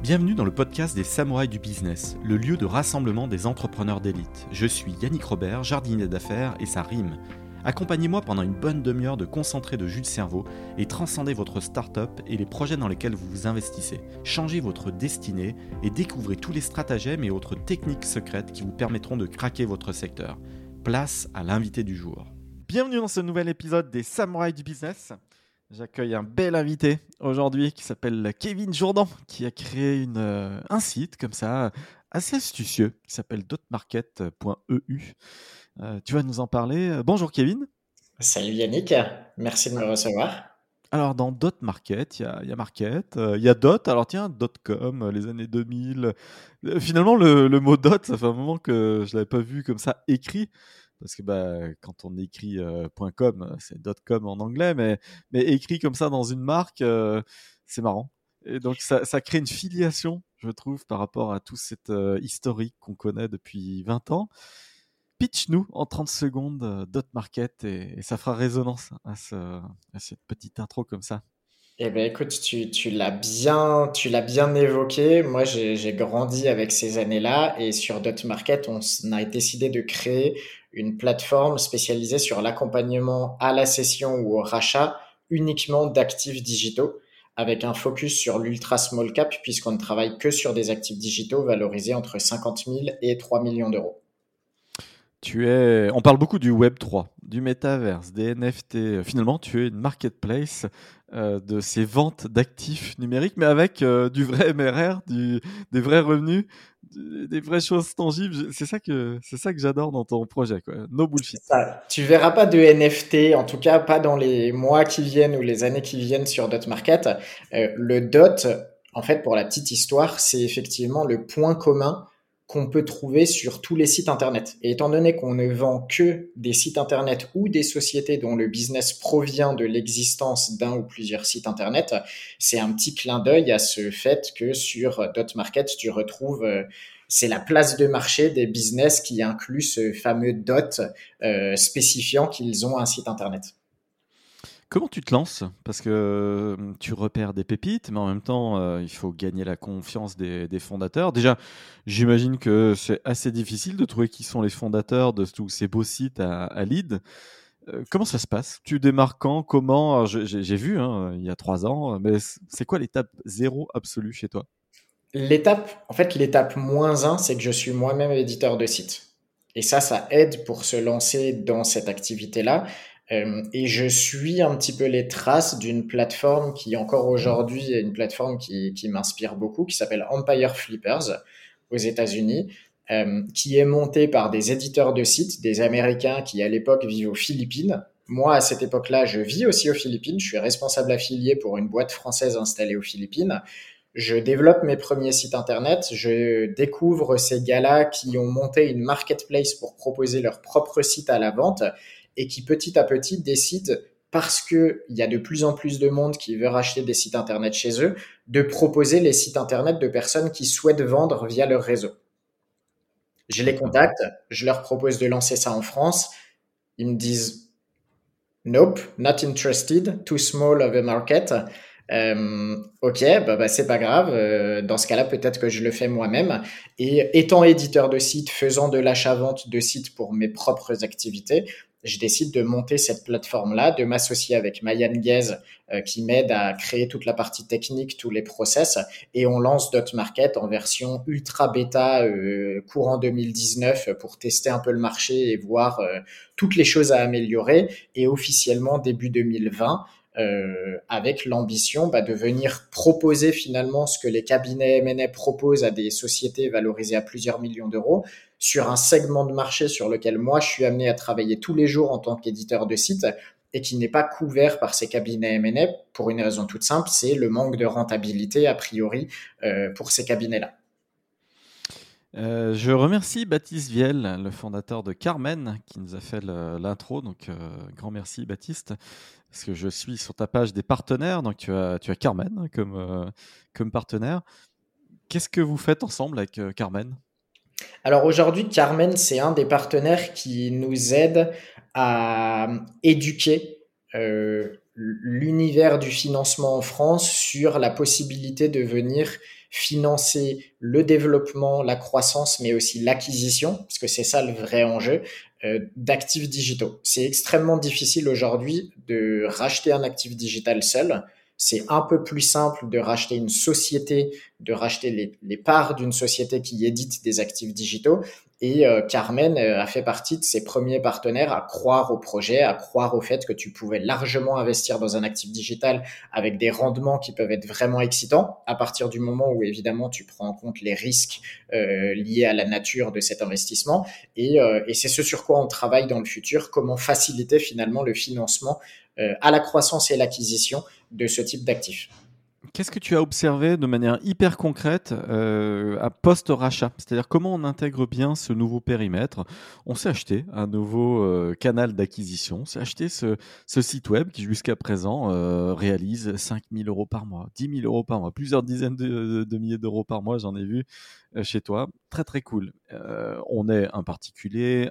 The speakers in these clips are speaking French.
Bienvenue dans le podcast des Samouraïs du Business, le lieu de rassemblement des entrepreneurs d'élite. Je suis Yannick Robert, jardinier d'affaires et ça rime. Accompagnez-moi pendant une bonne demi-heure de concentré de jus de cerveau et transcendez votre start-up et les projets dans lesquels vous vous investissez. Changez votre destinée et découvrez tous les stratagèmes et autres techniques secrètes qui vous permettront de craquer votre secteur. Place à l'invité du jour. Bienvenue dans ce nouvel épisode des Samouraïs du Business. J'accueille un bel invité aujourd'hui qui s'appelle Kevin Jourdan, qui a créé un site comme ça, assez astucieux, qui s'appelle dotmarket.eu. Tu vas nous en parler. Bonjour Kevin. Salut Yannick, merci de me recevoir. Alors dans dotmarket, il y a market, il y a dot, alors tiens, .com, les années 2000. Finalement, le mot dot, ça fait un moment que je ne l'avais pas vu comme ça écrit. Parce que quand on écrit .com, c'est .com en anglais, mais écrit comme ça dans une marque, c'est marrant. Et donc ça crée une filiation, je trouve, par rapport à tout cet historique qu'on connaît depuis 20 ans. Pitch-nous en 30 secondes Dot Market et ça fera résonance à cette petite intro comme ça. Eh ben écoute, tu l'as bien évoqué. Moi, j'ai grandi avec ces années-là et sur Dot Market, on a décidé de créer une plateforme spécialisée sur l'accompagnement à la cession ou au rachat uniquement d'actifs digitaux, avec un focus sur l'ultra small cap puisqu'on ne travaille que sur des actifs digitaux valorisés entre 50 000 et 3 millions d'euros. On parle beaucoup du Web3, du métaverse, des NFT. Finalement, tu es une marketplace de ces ventes d'actifs numériques, mais avec du vrai MRR, des vrais revenus, des vraies choses tangibles. C'est ça que j'adore dans ton projet, quoi. No bullshit. Ça, tu verras pas de NFT, en tout cas pas dans les mois qui viennent ou les années qui viennent sur Dot Market. Le Dot, en fait, pour la petite histoire, c'est effectivement le point commun qu'on peut trouver sur tous les sites internet. Et étant donné qu'on ne vend que des sites internet ou des sociétés dont le business provient de l'existence d'un ou plusieurs sites internet, c'est un petit clin d'œil à ce fait que sur Dot Market, tu retrouves c'est la place de marché des business qui inclut ce fameux dot spécifiant qu'ils ont un site internet. Comment tu te lances? Parce que tu repères des pépites, mais en même temps, il faut gagner la confiance des fondateurs. Déjà, j'imagine que c'est assez difficile de trouver qui sont les fondateurs de tous ces beaux sites à lead. Comment ça se passe? Tu démarres quand? Comment? Alors, j'ai vu il y a 3 ans, mais c'est quoi l'étape zéro absolue chez toi? L'étape moins un, c'est que je suis moi-même éditeur de site. Et ça aide pour se lancer dans cette activité-là. Et je suis un petit peu les traces d'une plateforme qui, encore aujourd'hui, est une plateforme qui m'inspire beaucoup, qui s'appelle Empire Flippers aux États-Unis, qui est montée par des éditeurs de sites, des Américains qui, à l'époque, vivent aux Philippines. Moi, à cette époque-là, je vis aussi aux Philippines. Je suis responsable affilié pour une boîte française installée aux Philippines. Je développe mes premiers sites internet, je découvre ces gars-là qui ont monté une marketplace pour proposer leur propre site à la vente et qui petit à petit décident, parce qu'il y a de plus en plus de monde qui veut racheter des sites internet chez eux, de proposer les sites internet de personnes qui souhaitent vendre via leur réseau. Je les D'accord. contacte, je leur propose de lancer ça en France. Ils me disent nope, not interested, too small of a market. Ok, c'est pas grave. Dans ce cas-là, peut-être que je le fais moi-même. Et étant éditeur de site, faisant de l'achat-vente de sites pour mes propres activités, je décide de monter cette plateforme-là, de m'associer avec Mayan Guez, qui m'aide à créer toute la partie technique, tous les process, et on lance Dot Market en version ultra bêta courant 2019 pour tester un peu le marché et voir toutes les choses à améliorer. Et officiellement début 2020, avec l'ambition de venir proposer finalement ce que les cabinets M&A proposent à des sociétés valorisées à plusieurs millions d'euros sur un segment de marché sur lequel moi je suis amené à travailler tous les jours en tant qu'éditeur de site et qui n'est pas couvert par ces cabinets M&A pour une raison toute simple, c'est le manque de rentabilité a priori pour ces cabinets-là. Je remercie Baptiste Viel, le fondateur de Carmen, qui nous a fait l'intro. Donc, grand merci Baptiste, parce que je suis sur ta page des partenaires. Donc, tu as Carmen comme partenaire. Qu'est-ce que vous faites ensemble avec Carmen? Alors aujourd'hui, Carmen, c'est un des partenaires qui nous aide à éduquer l'univers du financement en France sur la possibilité de venir financer le développement, la croissance, mais aussi l'acquisition, parce que c'est ça le vrai enjeu, d'actifs digitaux. C'est extrêmement difficile aujourd'hui de racheter un actif digital seul. C'est un peu plus simple de racheter une société, de racheter les parts d'une société qui édite des actifs digitaux. Et Carmen a fait partie de ses premiers partenaires à croire au projet, à croire au fait que tu pouvais largement investir dans un actif digital avec des rendements qui peuvent être vraiment excitants à partir du moment où évidemment tu prends en compte les risques liés à la nature de cet investissement. Et c'est ce sur quoi on travaille dans le futur, comment faciliter finalement le financement à la croissance et l'acquisition de ce type d'actifs. Qu'est-ce que tu as observé de manière hyper concrète à post-rachat? C'est-à-dire comment on intègre bien ce nouveau périmètre? On s'est acheté un nouveau canal d'acquisition, on s'est acheté ce site web qui jusqu'à présent réalise 5 000 euros par mois, 10 000 euros par mois, plusieurs dizaines de milliers d'euros par mois, j'en ai vu chez toi. Très très cool. On est un particulier,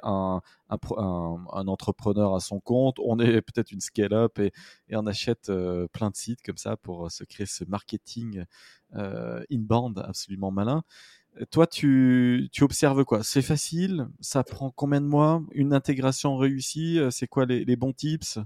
un entrepreneur à son compte, on est peut-être une scale-up et on achète plein de sites comme ça pour se créer ce marketing inbound absolument malin. Toi, tu observes quoi? C'est facile? Ça prend combien de mois? Une intégration réussie? C'est quoi les bons tips?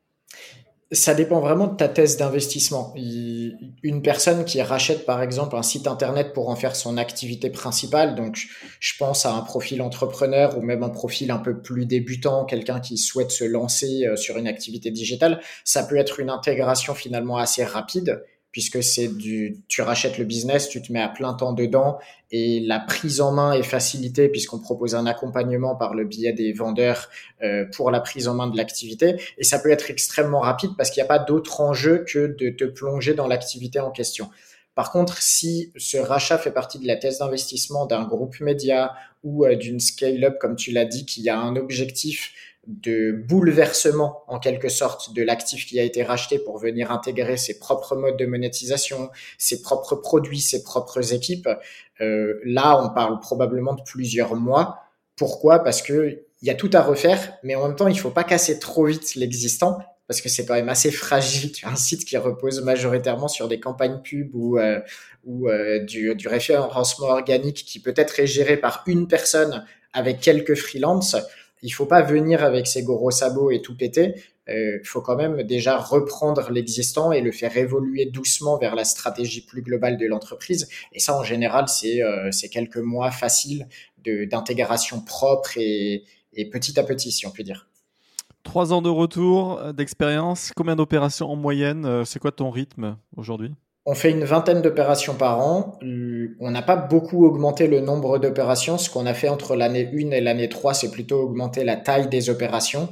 Ça dépend vraiment de ta thèse d'investissement. Une personne qui rachète par exemple un site internet pour en faire son activité principale, donc je pense à un profil entrepreneur ou même un profil un peu plus débutant, quelqu'un qui souhaite se lancer sur une activité digitale, ça peut être une intégration finalement assez rapide puisque tu rachètes le business, tu te mets à plein temps dedans et la prise en main est facilitée puisqu'on propose un accompagnement par le biais des vendeurs pour la prise en main de l'activité. Et ça peut être extrêmement rapide parce qu'il n'y a pas d'autre enjeu que de te plonger dans l'activité en question. Par contre, si ce rachat fait partie de la thèse d'investissement d'un groupe média ou d'une scale-up, comme tu l'as dit, qui a un objectif de bouleversement en quelque sorte de l'actif qui a été racheté pour venir intégrer ses propres modes de monétisation, ses propres produits, ses propres équipes, là on parle probablement de plusieurs mois. Pourquoi? Parce que il y a tout à refaire, mais en même temps il faut pas casser trop vite l'existant parce que c'est quand même assez fragile. Tu as un site qui repose majoritairement sur des campagnes pub ou du référencement organique qui peut-être est géré par une personne avec quelques freelances. Il faut pas venir avec ses gros sabots et tout péter. Il faut quand même déjà reprendre l'existant et le faire évoluer doucement vers la stratégie plus globale de l'entreprise. Et ça, en général, c'est quelques mois faciles d'intégration propre et petit à petit, si on peut dire. 3 ans de retour, d'expérience, combien d'opérations en moyenne? C'est quoi ton rythme aujourd'hui? On fait une vingtaine d'opérations par an. On n'a pas beaucoup augmenté le nombre d'opérations. Ce qu'on a fait entre l'année 1 et l'année 3, c'est plutôt augmenter la taille des opérations.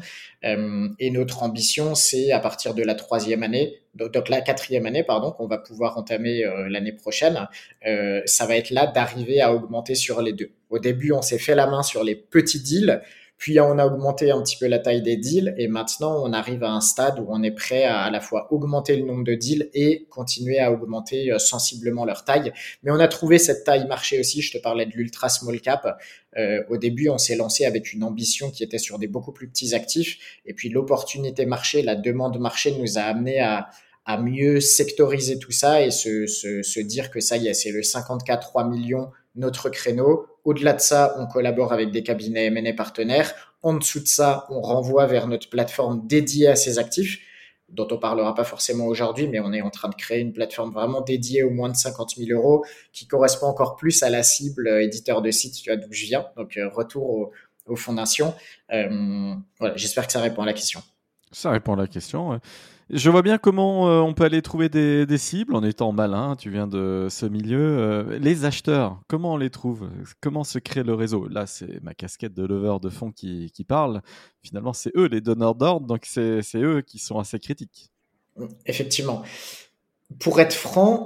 Et notre ambition, c'est à partir de la troisième année, donc la quatrième année, pardon, qu'on va pouvoir entamer l'année prochaine, ça va être là d'arriver à augmenter sur les deux. Au début, on s'est fait la main sur les petits deals, puis on a augmenté un petit peu la taille des deals et maintenant on arrive à un stade où on est prêt à la fois augmenter le nombre de deals et continuer à augmenter sensiblement leur taille. Mais on a trouvé cette taille marché aussi. Je te parlais de l'ultra small cap. Au début, on s'est lancé avec une ambition qui était sur des beaucoup plus petits actifs et puis l'opportunité marché, la demande marché nous a amené à mieux sectoriser tout ça et se dire que ça y est, c'est le 50K 3 millions notre créneau. Au-delà de ça, on collabore avec des cabinets M&A partenaires. En dessous de ça, on renvoie vers notre plateforme dédiée à ces actifs, dont on parlera pas forcément aujourd'hui, mais on est en train de créer une plateforme vraiment dédiée aux moins de 50 000 euros, qui correspond encore plus à la cible éditeur de site, tu vois, d'où je viens. Donc, retour aux fondations. Voilà, j'espère que ça répond à la question. Ça répond à la question. Ouais. Je vois bien comment on peut aller trouver des cibles en étant malin. Tu viens de ce milieu. Les acheteurs, comment on les trouve? Comment se crée le réseau? Là, c'est ma casquette de leveur de fonds qui parle. Finalement, c'est eux les donneurs d'ordre, donc c'est eux qui sont assez critiques. Effectivement. Pour être franc,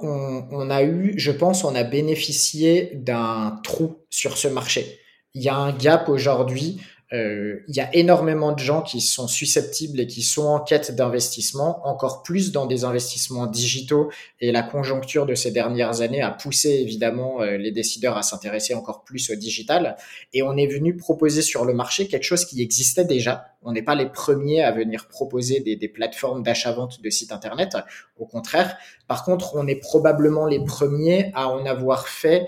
je pense, on a bénéficié d'un trou sur ce marché. Il y a un gap aujourd'hui il y a énormément de gens qui sont susceptibles et qui sont en quête d'investissement, encore plus dans des investissements digitaux. Et la conjoncture de ces dernières années a poussé évidemment les décideurs à s'intéresser encore plus au digital. Et on est venu proposer sur le marché quelque chose qui existait déjà. On n'est pas les premiers à venir proposer des plateformes d'achat-vente de sites internet. Au contraire. Par contre, on est probablement les premiers à en avoir fait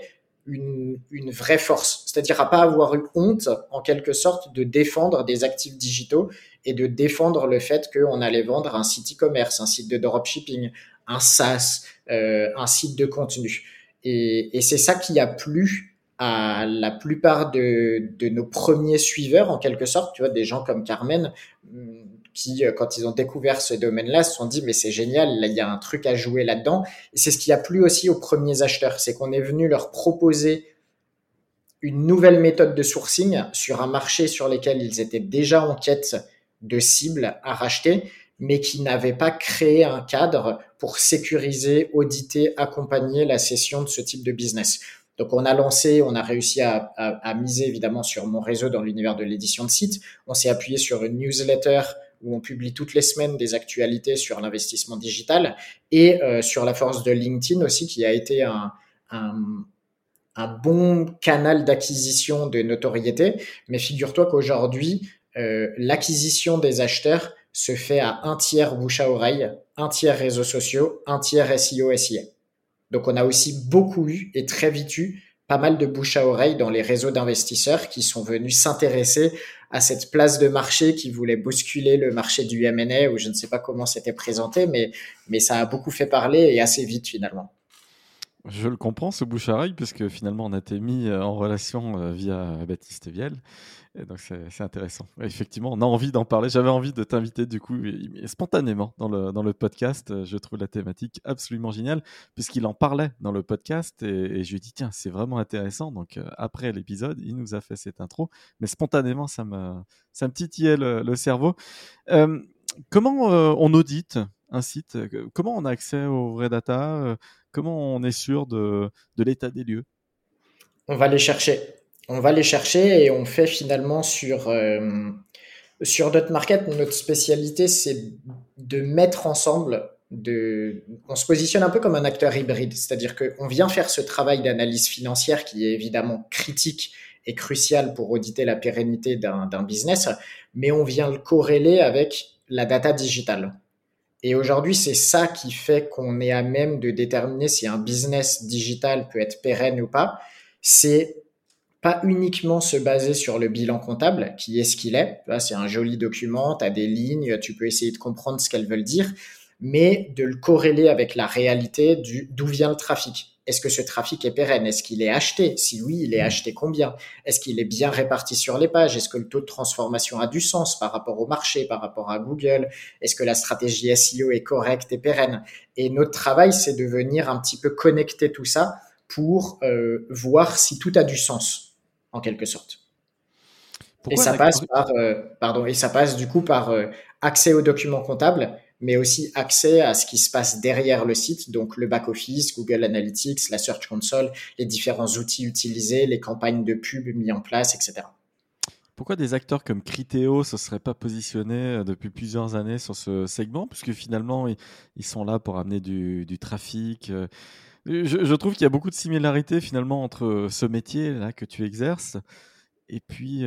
une vraie force, c'est-à-dire à pas avoir eu honte, en quelque sorte, de défendre des actifs digitaux et de défendre le fait qu'on allait vendre un site e-commerce, un site de dropshipping, un SaaS, un site de contenu. Et c'est ça qui a plu à la plupart de nos premiers suiveurs, en quelque sorte, tu vois, des gens comme Carmen, qui, quand ils ont découvert ce domaine-là, se sont dit, mais c'est génial, là, il y a un truc à jouer là-dedans. Et c'est ce qui a plu aussi aux premiers acheteurs, c'est qu'on est venu leur proposer une nouvelle méthode de sourcing sur un marché sur lequel ils étaient déjà en quête de cibles à racheter, mais qui n'avaient pas créé un cadre pour sécuriser, auditer, accompagner la cession de ce type de business. Donc on a réussi à miser évidemment sur mon réseau dans l'univers de l'édition de sites. On s'est appuyé sur une newsletter où on publie toutes les semaines des actualités sur l'investissement digital et sur la force de LinkedIn aussi, qui a été un, un bon canal d'acquisition de notoriété. Mais figure-toi qu'aujourd'hui, l'acquisition des acheteurs se fait à un tiers bouche à oreille, un tiers réseaux sociaux, un tiers SEO, SIA. Donc on a aussi beaucoup eu et très vite eu pas mal de bouche à oreille dans les réseaux d'investisseurs qui sont venus s'intéresser à cette place de marché qui voulait bousculer le marché du M&A, ou je ne sais pas comment c'était présenté, mais ça a beaucoup fait parler et assez vite finalement. Je le comprends, ce bouche-à-oreille, puisque finalement, on a été mis en relation via Baptiste Viel. Et donc, c'est intéressant. Effectivement, on a envie d'en parler. J'avais envie de t'inviter, du coup, spontanément dans le podcast. Je trouve la thématique absolument géniale, puisqu'il en parlait dans le podcast. Et je lui ai dit, tiens, c'est vraiment intéressant. Donc, après l'épisode, il nous a fait cette intro. Mais spontanément, ça me titillait le cerveau. Comment on audite un site? Comment on a accès aux vraies data? Comment on est sûr de l'état des lieux? On va les chercher. On va les chercher et on fait finalement sur notre market, notre spécialité, c'est de mettre ensemble, on se positionne un peu comme un acteur hybride, c'est-à-dire qu'on vient faire ce travail d'analyse financière qui est évidemment critique et crucial pour auditer la pérennité d'un business, mais on vient le corréler avec la data digitale. Et aujourd'hui, c'est ça qui fait qu'on est à même de déterminer si un business digital peut être pérenne ou pas. C'est pas uniquement se baser sur le bilan comptable, qui est ce qu'il est. C'est un joli document, tu as des lignes, tu peux essayer de comprendre ce qu'elles veulent dire, mais de le corréler avec la réalité d'où vient le trafic. Est-ce que ce trafic est pérenne? Est-ce qu'il est acheté? Si oui, il est acheté combien? Est-ce qu'il est bien réparti sur les pages? Est-ce que le taux de transformation a du sens par rapport au marché, par rapport à Google? Est-ce que la stratégie SEO est correcte et pérenne? Et notre travail, c'est de venir un petit peu connecter tout ça pour voir si tout a du sens, en quelque sorte. Et Pourquoi un ça passe acteur... et ça passe du coup par accès aux documents comptables, mais aussi accès à ce qui se passe derrière le site, donc le back-office, Google Analytics, la Search Console, les différents outils utilisés, les campagnes de pub mis en place, etc. Pourquoi des acteurs comme Criteo ne se seraient pas positionnés depuis plusieurs années sur ce segment? Puisque finalement, ils sont là pour amener du trafic. Je trouve qu'il y a beaucoup de similarités finalement entre ce métier-là que tu exerces et puis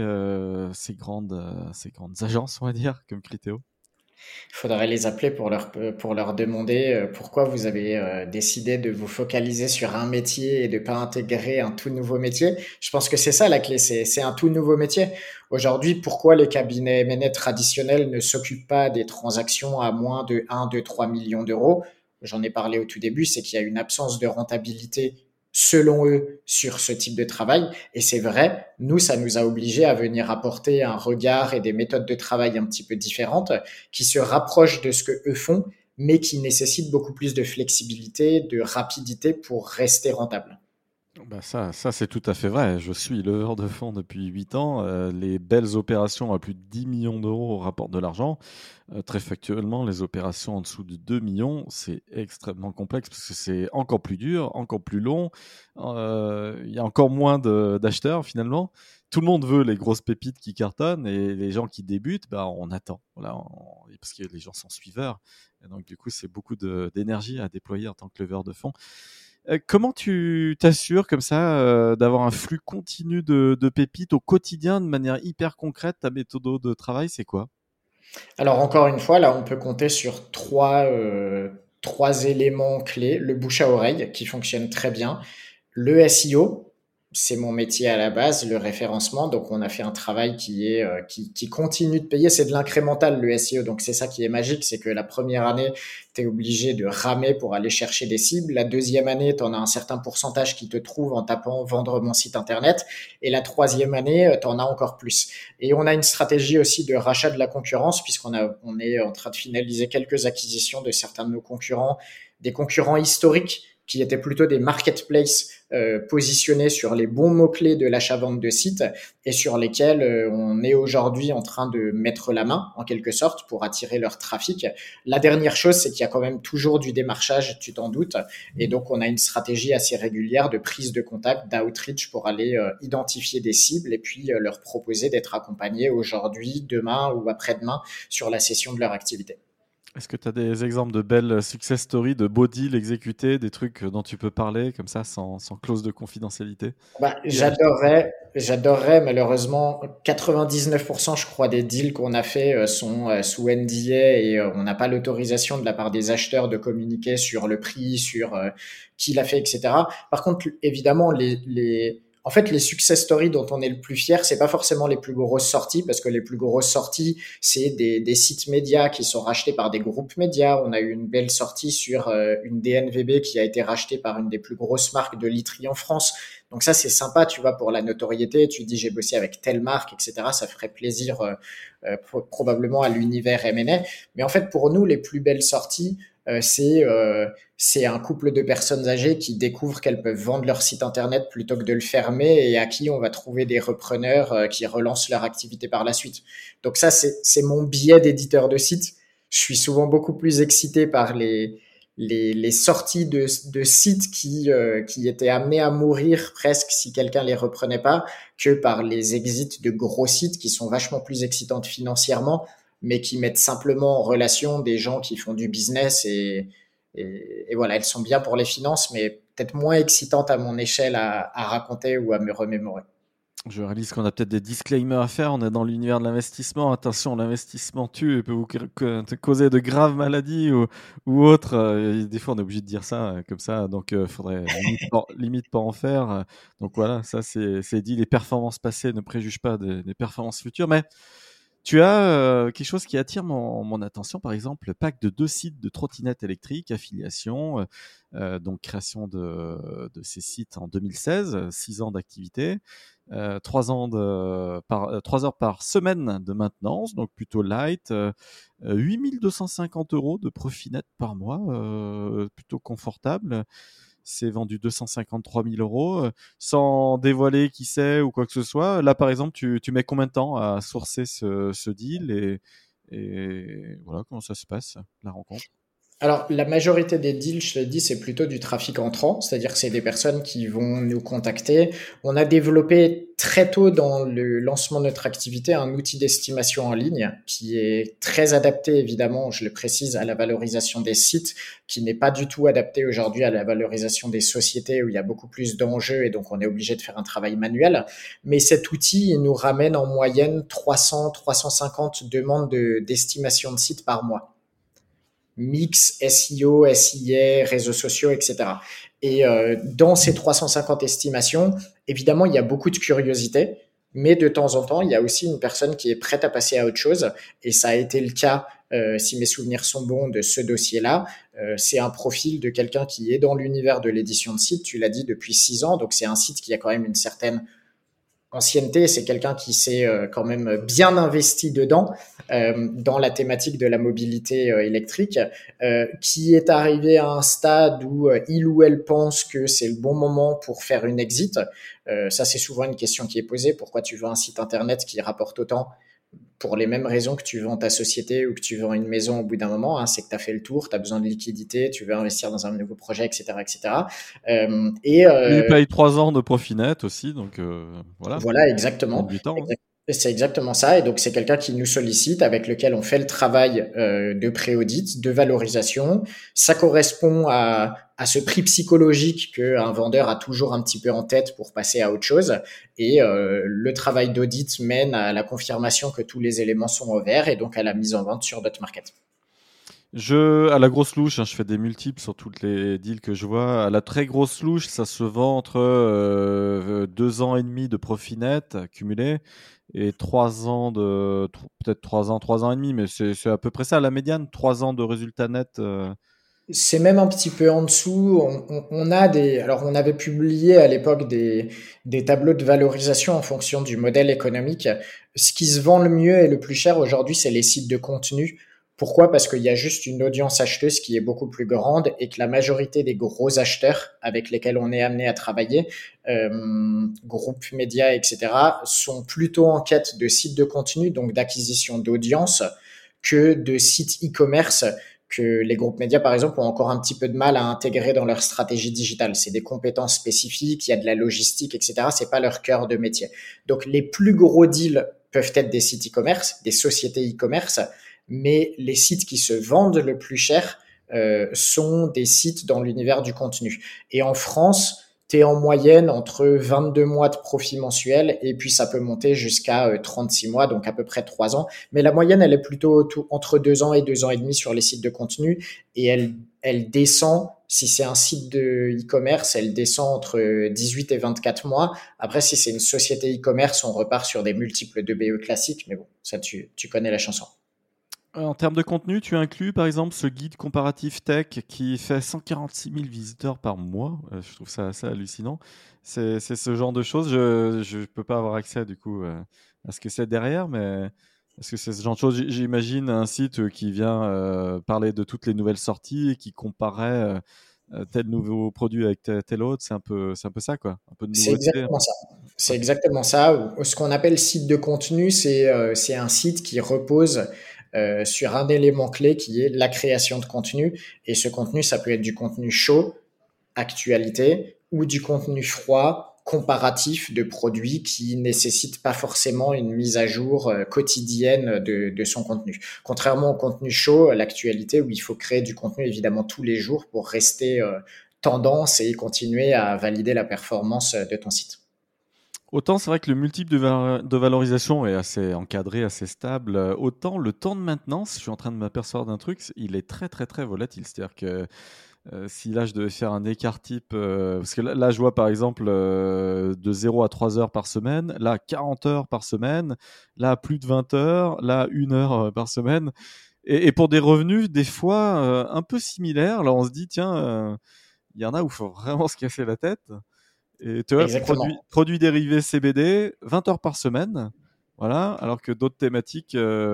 ces grandes agences, on va dire, comme Criteo. Il faudrait les appeler pour leur demander pourquoi vous avez décidé de vous focaliser sur un métier et de pas intégrer un tout nouveau métier. Je pense que c'est ça la clé, c'est un tout nouveau métier. Aujourd'hui, pourquoi les cabinets M&A traditionnels ne s'occupent pas des transactions à moins de 1, 2, 3 millions d'euros? J'en ai parlé au tout début, c'est qu'il y a une absence de rentabilité selon eux sur ce type de travail. Et c'est vrai, nous, ça nous a obligés à venir apporter un regard et des méthodes de travail un petit peu différentes qui se rapprochent de ce que eux font, mais qui nécessitent beaucoup plus de flexibilité, de rapidité pour rester rentable. Bah ça c'est tout à fait vrai. Je suis leveur de fonds depuis 8 ans. Les belles opérations à plus de 10 millions d'euros rapportent de l'argent. Très factuellement, les opérations en dessous de 2 millions, c'est extrêmement complexe parce que c'est encore plus dur, encore plus long. Il y a encore moins d'acheteurs finalement. tout le monde veut les grosses pépites qui cartonnent et les gens qui débutent, bah, on attend. Voilà, parce que les gens sont suiveurs. Et donc, du coup, c'est beaucoup d'énergie à déployer en tant que leveur de fonds. Comment tu t'assures comme ça d'avoir un flux continu de pépites au quotidien de manière hyper concrète? Ta méthode de travail, c'est quoi? Alors encore une fois, là, on peut compter sur trois éléments clés. Le bouche à oreille, qui fonctionne très bien. Le SEO, c'est mon métier à la base, le référencement. Donc, on a fait un travail qui continue de payer. C'est de l'incrémental, le SEO. Donc, c'est ça qui est magique. C'est que la première année, tu es obligé de ramer pour aller chercher des cibles. La deuxième année, tu en as un certain pourcentage qui te trouve en tapant vendre mon site internet. Et la troisième année, tu en as encore plus. Et on a une stratégie aussi de rachat de la concurrence on est en train de finaliser quelques acquisitions de certains de nos concurrents, des concurrents historiques qui étaient plutôt des marketplaces positionnés sur les bons mots-clés de l'achat-vente de sites et sur lesquels on est aujourd'hui en train de mettre la main, en quelque sorte, pour attirer leur trafic. La dernière chose, c'est qu'il y a quand même toujours du démarchage, tu t'en doutes, et donc on a une stratégie assez régulière de prise de contact, d'outreach pour aller identifier des cibles et puis leur proposer d'être accompagnés aujourd'hui, demain ou après-demain sur la session de leur activité. Est-ce que tu as des exemples de belles success stories, de beaux deals exécutés, des trucs dont tu peux parler comme ça sans clause de confidentialité? Bah, Vérifier. j'adorerais, malheureusement, 99%, je crois, des deals qu'on a fait sont sous NDA et on n'a pas l'autorisation de la part des acheteurs de communiquer sur le prix, sur qui l'a fait, etc. Par contre, évidemment, en fait, les success stories dont on est le plus fier, c'est pas forcément les plus grosses sorties, parce que les plus grosses sorties, c'est des sites médias qui sont rachetés par des groupes médias. On a eu une belle sortie sur une DNVB qui a été rachetée par une des plus grosses marques de literie en France. Donc ça, c'est sympa, tu vois, pour la notoriété. Tu dis, j'ai bossé avec telle marque, etc. Ça ferait plaisir probablement à l'univers M&A. Mais en fait, pour nous, les plus belles sorties, c'est un couple de personnes âgées qui découvrent qu'elles peuvent vendre leur site internet plutôt que de le fermer et à qui on va trouver des repreneurs qui relancent leur activité par la suite. Donc ça, c'est mon biais d'éditeur de site. Je suis souvent beaucoup plus excité par les sorties de sites qui étaient amenés à mourir presque si quelqu'un les reprenait pas, que par les exits de gros sites qui sont vachement plus excitantes financièrement, mais qui mettent simplement en relation des gens qui font du business et voilà, elles sont bien pour les finances, mais peut-être moins excitantes à mon échelle à raconter ou à me remémorer. Je réalise qu'on a peut-être des disclaimers à faire. On est dans l'univers de l'investissement. Attention, l'investissement tue et peut te causer de graves maladies ou autres. Des fois, on est obligé de dire ça comme ça. Donc, il faudrait limite pas en faire. Donc voilà, ça c'est dit. Les performances passées ne préjugent pas des performances futures. Mais tu as quelque chose qui attire mon attention, par exemple, le pack de 2 sites de trottinettes électriques, affiliation, donc création de ces sites en 2016, 6 ans d'activité, 3 heures par semaine de maintenance, donc plutôt light, 8 250 € de profit net par mois, plutôt confortable. C'est vendu 253 000 €, sans dévoiler qui c'est ou quoi que ce soit. Là, par exemple, tu mets combien de temps à sourcer ce deal et voilà comment ça se passe, la rencontre? Alors, la majorité des deals, je te le dis, c'est plutôt du trafic entrant, c'est-à-dire que c'est des personnes qui vont nous contacter. On a développé très tôt dans le lancement de notre activité un outil d'estimation en ligne qui est très adapté, évidemment, je le précise, à la valorisation des sites, qui n'est pas du tout adapté aujourd'hui à la valorisation des sociétés où il y a beaucoup plus d'enjeux et donc on est obligé de faire un travail manuel. Mais cet outil, il nous ramène en moyenne 300, 350 demandes d'estimation de sites par mois, mix SEO, SIA, réseaux sociaux, etc. Et dans ces 350 estimations, évidemment, il y a beaucoup de curiosité, mais de temps en temps, il y a aussi une personne qui est prête à passer à autre chose. Et ça a été le cas, si mes souvenirs sont bons, de ce dossier-là. C'est un profil de quelqu'un qui est dans l'univers de l'édition de site, tu l'as dit, depuis 6 ans. Donc c'est un site qui a quand même une certaine ancienneté, c'est quelqu'un qui s'est quand même bien investi dedans, dans la thématique de la mobilité électrique, qui est arrivé à un stade où il ou elle pense que c'est le bon moment pour faire une exit. Ça, c'est souvent une question qui est posée. Pourquoi tu veux un site internet qui rapporte autant? pour les mêmes raisons que tu vends ta société ou que tu vends une maison au bout d'un moment, hein, c'est que tu as fait le tour, tu as besoin de liquidité, tu veux investir dans un nouveau projet, etc. etc. Et Il paye 3 ans de profit net aussi, donc voilà, voilà, ça gagne exactement. du temps. Hein. C'est exactement ça. Et donc, c'est quelqu'un qui nous sollicite, avec lequel on fait le travail de pré-audit, de valorisation. Ça correspond à ce prix psychologique qu'un vendeur a toujours un petit peu en tête pour passer à autre chose. Et le travail d'audit mène à la confirmation que tous les éléments sont au vert et donc à la mise en vente sur Dot Market. À la grosse louche, hein, je fais des multiples sur toutes les deals que je vois. À la très grosse louche, ça se vend entre 2 ans et demi de profit net cumulé et 3 ans peut-être 3 ans et demi, mais c'est à peu près ça la médiane, 3 ans de résultat net. C'est même un petit peu en dessous. On a alors on avait publié à l'époque des tableaux de valorisation en fonction du modèle économique. Ce qui se vend le mieux et le plus cher aujourd'hui, c'est les sites de contenu. Pourquoi? Parce qu'il y a juste une audience acheteuse qui est beaucoup plus grande et que la majorité des gros acheteurs avec lesquels on est amené à travailler, groupes médias, etc., sont plutôt en quête de sites de contenu, donc d'acquisition d'audience, que de sites e-commerce que les groupes médias, par exemple, ont encore un petit peu de mal à intégrer dans leur stratégie digitale. C'est des compétences spécifiques, il y a de la logistique, etc. C'est pas leur cœur de métier. Donc, les plus gros deals peuvent être des sites e-commerce, des sociétés e-commerce, mais les sites qui se vendent le plus cher sont des sites dans l'univers du contenu. Et en France, tu es en moyenne entre 22 mois de profit mensuel et puis ça peut monter jusqu'à 36 mois, donc à peu près 3 ans. Mais la moyenne, elle est plutôt entre 2 ans et 2 ans et demi sur les sites de contenu et elle descend. Si c'est un site de e-commerce, elle descend entre 18 et 24 mois. Après, si c'est une société e-commerce, on repart sur des multiples de BE classiques. Mais bon, ça, tu connais la chanson. En termes de contenu, tu inclus par exemple ce guide comparatif tech qui fait 146 000 visiteurs par mois. Je trouve ça assez hallucinant. C'est ce genre de choses. Je ne peux pas avoir accès du coup à ce que c'est derrière, mais est-ce que c'est ce genre de choses? J'imagine un site qui vient parler de toutes les nouvelles sorties et qui comparait tel nouveau produit avec tel autre. C'est un peu ça, quoi. Un peu de C'est nouveauté. exactement ça. C'est exactement ça. Ce qu'on appelle site de contenu, c'est un site qui repose sur un élément clé qui est la création de contenu. Et ce contenu, ça peut être du contenu chaud, actualité, ou du contenu froid, comparatif de produits qui nécessitent pas forcément une mise à jour quotidienne de son contenu. Contrairement au contenu chaud, l'actualité, où il faut créer du contenu évidemment tous les jours pour rester tendance et continuer à valider la performance de ton site. Autant c'est vrai que le multiple de valorisation est assez encadré, assez stable, autant le temps de maintenance, je suis en train de m'apercevoir d'un truc, il est très très très volatile. C'est-à-dire que si là je devais faire un écart type, parce que là je vois par exemple de 0 à 3 heures par semaine, là 40 heures par semaine, là plus de 20 heures, là 1 heure par semaine, et pour des revenus des fois un peu similaires, là on se dit tiens, il y en a où il faut vraiment se casser la tête. Et tu vois, Exactement. produits dérivés CBD, 20 heures par semaine. Voilà, alors que d'autres thématiques,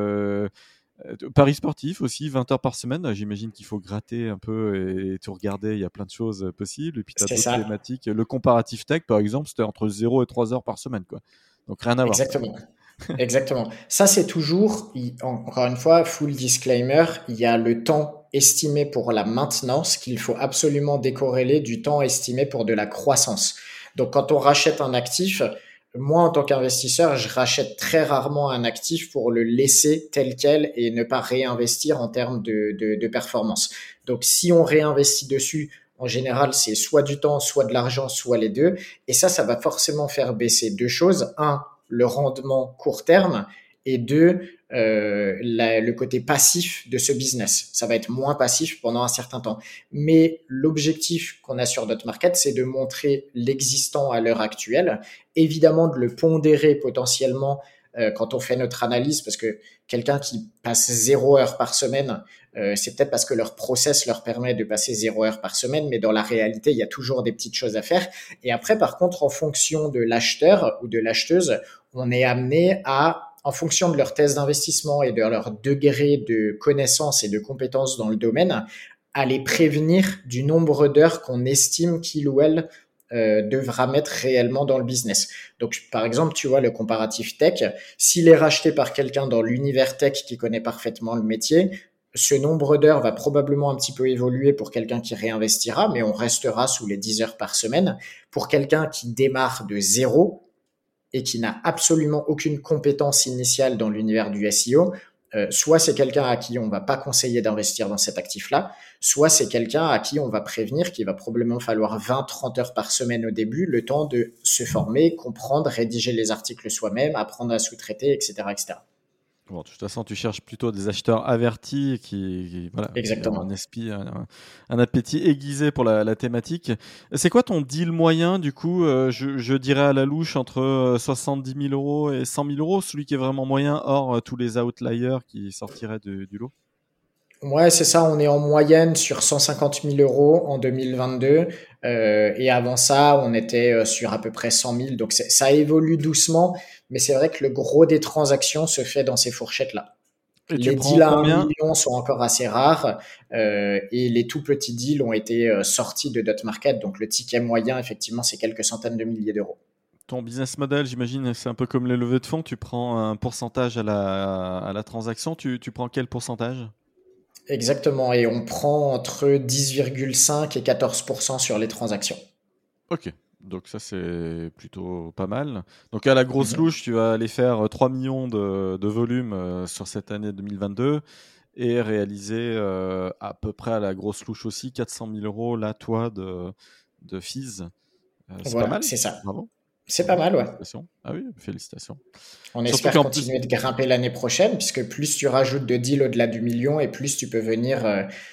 paris sportifs aussi, 20 heures par semaine. J'imagine qu'il faut gratter un peu et tout regarder, il y a plein de choses possibles. Et puis tu as C'est d'autres ça. thématiques. Le comparatif tech, par exemple, c'était entre 0 et 3 heures par semaine, quoi. Donc rien à voir. Exactement. Exactement. Ça, c'est toujours, encore une fois, full disclaimer, il y a le temps estimé pour la maintenance qu'il faut absolument décorréler du temps estimé pour de la croissance. Donc, quand on rachète un actif, moi, en tant qu'investisseur, je rachète très rarement un actif pour le laisser tel quel et ne pas réinvestir en termes de performance. Donc, si on réinvestit dessus, en général, c'est soit du temps, soit de l'argent, soit les deux. Et ça va forcément faire baisser deux choses. Un, le rendement court terme et deux, le côté passif de ce business. Ça va être moins passif pendant un certain temps. Mais l'objectif qu'on a sur notre market, c'est de montrer l'existant à l'heure actuelle, évidemment de le pondérer potentiellement quand on fait notre analyse, parce que quelqu'un qui passe 0 heure par semaine, c'est peut-être parce que leur process leur permet de passer 0 heure par semaine, mais dans la réalité, il y a toujours des petites choses à faire. Et après, par contre, en fonction de l'acheteur ou de l'acheteuse, on est amené à, en fonction de leur thèse d'investissement et de leur degré de connaissance et de compétence dans le domaine, à les prévenir du nombre d'heures qu'on estime qu'ils ou elles devra mettre réellement dans le business. Donc, par exemple, tu vois, le comparatif tech, s'il est racheté par quelqu'un dans l'univers tech qui connaît parfaitement le métier, ce nombre d'heures va probablement un petit peu évoluer pour quelqu'un qui réinvestira, mais on restera sous les 10 heures par semaine. Pour quelqu'un qui démarre de zéro et qui n'a absolument aucune compétence initiale dans l'univers du SEO, soit c'est quelqu'un à qui on va pas conseiller d'investir dans cet actif-là, soit c'est quelqu'un à qui on va prévenir qu'il va probablement falloir 20-30 heures par semaine au début, le temps de se former, comprendre, rédiger les articles soi-même, apprendre à sous-traiter, etc., etc. Bon, de toute façon, tu cherches plutôt des acheteurs avertis voilà, qui ont un Exactement. esprit, un appétit aiguisé pour la thématique. C'est quoi ton deal moyen, du coup je dirais à la louche entre 70 000 euros et 100 000 euros, celui qui est vraiment moyen, hors tous les outliers qui sortiraient du lot. Ouais, c'est ça. On est en moyenne sur 150 000 euros en 2022. Et avant ça, on était sur à peu près 100 000. Donc, ça évolue doucement. Mais c'est vrai que le gros des transactions se fait dans ces fourchettes-là. Et tu Les prends deals à 1 combien? million sont encore assez rares. Et les tout petits deals ont été sortis de dot market. Donc, le ticket moyen, effectivement, c'est quelques centaines de milliers d'euros. Ton business model, j'imagine, c'est un peu comme les levées de fonds. Tu prends un pourcentage à la transaction. Tu prends quel pourcentage? Exactement. Et on prend entre 10,5 et 14% sur les transactions. Ok, donc ça c'est plutôt pas mal. Donc à la grosse Mhm. louche, tu vas aller faire 3 millions de volume sur cette année 2022 et réaliser à peu près à la grosse louche aussi 400 000 euros là, toi, de fees. C'est pas Voilà, mal. c'est ça. Bravo. C'est pas Bravo, mal, ouais. félicitations. Ah oui, félicitations. On Surtout espère qu'en plus, continuer de grimper l'année prochaine, puisque plus tu rajoutes de deals au-delà du million et plus tu peux venir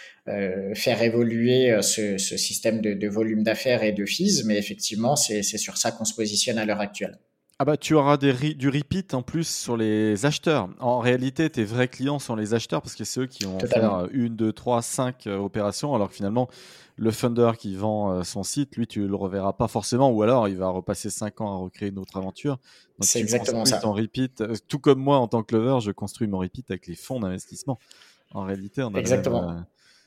faire évoluer ce système de volume d'affaires et de fees. Mais effectivement, c'est sur ça qu'on se positionne à l'heure actuelle. ah bah, tu auras du repeat en plus sur les acheteurs. En réalité, tes vrais clients sont les acheteurs parce que c'est eux qui vont faire Totalement. une, deux, trois, cinq opérations, alors que finalement, le funder qui vend son site, lui, tu le reverras pas forcément, ou alors il va repasser 5 ans à recréer une autre aventure. Donc C'est tu exactement construis ton ça. repeat, tout comme moi en tant que lever, je construis mon repeat avec les fonds d'investissement. En réalité, on a le même. Exactement.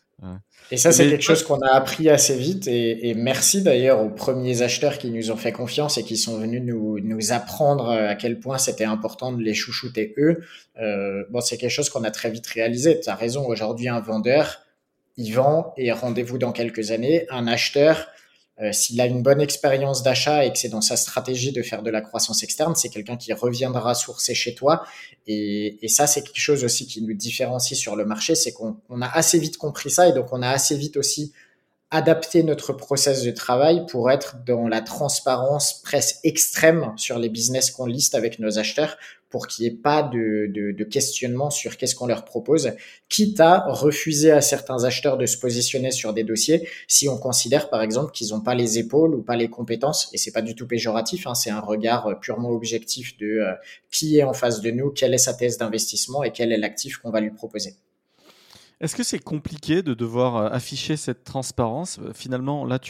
Et ça, c'est Mais quelque chose qu'on a appris assez vite. Et merci d'ailleurs aux premiers acheteurs qui nous ont fait confiance et qui sont venus nous apprendre à quel point c'était important de les chouchouter eux. Bon, c'est quelque chose qu'on a très vite réalisé. Tu as raison, aujourd'hui, un vendeur, il vend et rendez-vous dans quelques années. Un acheteur, s'il a une bonne expérience d'achat et que c'est dans sa stratégie de faire de la croissance externe, c'est quelqu'un qui reviendra sourcer chez toi. Et ça, c'est quelque chose aussi qui nous différencie sur le marché, c'est qu'on a assez vite compris ça et donc on a assez vite aussi adapter notre process de travail pour être dans la transparence presque extrême sur les business qu'on liste avec nos acheteurs pour qu'il n'y ait pas de questionnement sur qu'est-ce qu'on leur propose, quitte à refuser à certains acheteurs de se positionner sur des dossiers si on considère par exemple qu'ils n'ont pas les épaules ou pas les compétences, et c'est pas du tout péjoratif, hein, c'est un regard purement objectif de qui est en face de nous, quelle est sa thèse d'investissement et quel est l'actif qu'on va lui proposer. est-ce que c'est compliqué de devoir afficher cette transparence? Finalement, là,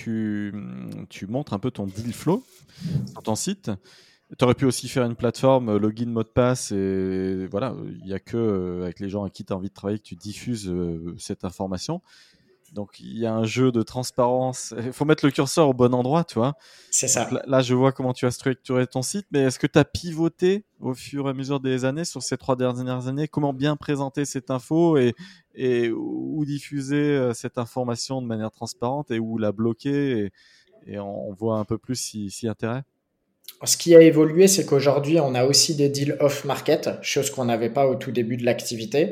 tu montres un peu ton deal flow sur ton site. Tu aurais pu aussi faire une plateforme login, mot de passe, et voilà, il n'y a que avec les gens à qui tu as envie de travailler que tu diffuses cette information. Donc il y a un jeu de transparence. Il faut mettre le curseur au bon endroit, tu vois. C'est Donc ça. là, je vois comment tu as structuré ton site, mais est-ce que tu as pivoté au fur et à mesure des années sur ces 3 dernières années? Comment bien présenter cette info et où diffuser cette information de manière transparente et où la bloquer et on voit un peu plus si intérêt? Ce qui a évolué, c'est qu'aujourd'hui, on a aussi des deals off-market, chose qu'on n'avait pas au tout début de l'activité.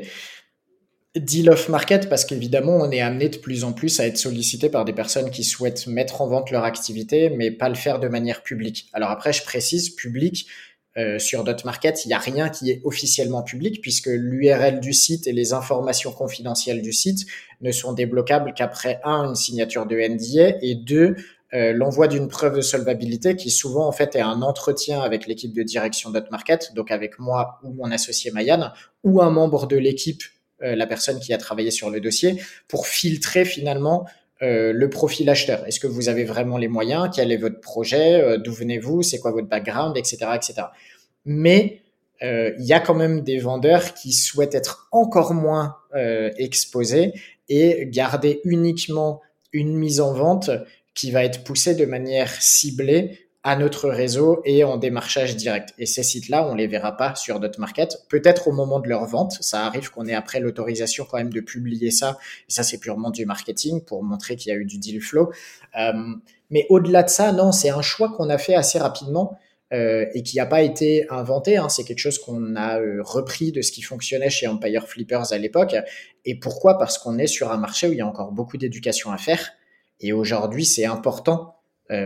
Deal off-market parce qu'évidemment, on est amené de plus en plus à être sollicité par des personnes qui souhaitent mettre en vente leur activité, mais pas le faire de manière publique. Alors après, je précise, public, sur Dotmarket, il n'y a rien qui est officiellement public puisque l'URL du site et les informations confidentielles du site ne sont débloquables qu'après, un, une signature de NDA et deux, l'envoi d'une preuve de solvabilité qui souvent en fait est un entretien avec l'équipe de direction Dotmarket, donc avec moi ou mon associé Mayan, ou un membre de l'équipe, la personne qui a travaillé sur le dossier, pour filtrer finalement le profil acheteur. Est-ce que vous avez vraiment les moyens? Quel est votre projet? D'où venez-vous? C'est quoi votre background? Etc. etc. Mais il y a quand même des vendeurs qui souhaitent être encore moins exposés et garder uniquement une mise en vente qui va être poussé de manière ciblée à notre réseau et en démarchage direct. Et ces sites-là, on les verra pas sur Dotmarket. Peut-être au moment de leur vente, ça arrive qu'on ait après l'autorisation quand même de publier ça. Et ça, c'est purement du marketing pour montrer qu'il y a eu du deal flow. Mais au-delà de ça, non, c'est un choix qu'on a fait assez rapidement. Et qui n'a pas été inventé. Hein. C'est quelque chose qu'on a repris de ce qui fonctionnait chez Empire Flippers à l'époque. Et pourquoi ? Parce qu'on est sur un marché où il y a encore beaucoup d'éducation à faire. Et aujourd'hui, c'est important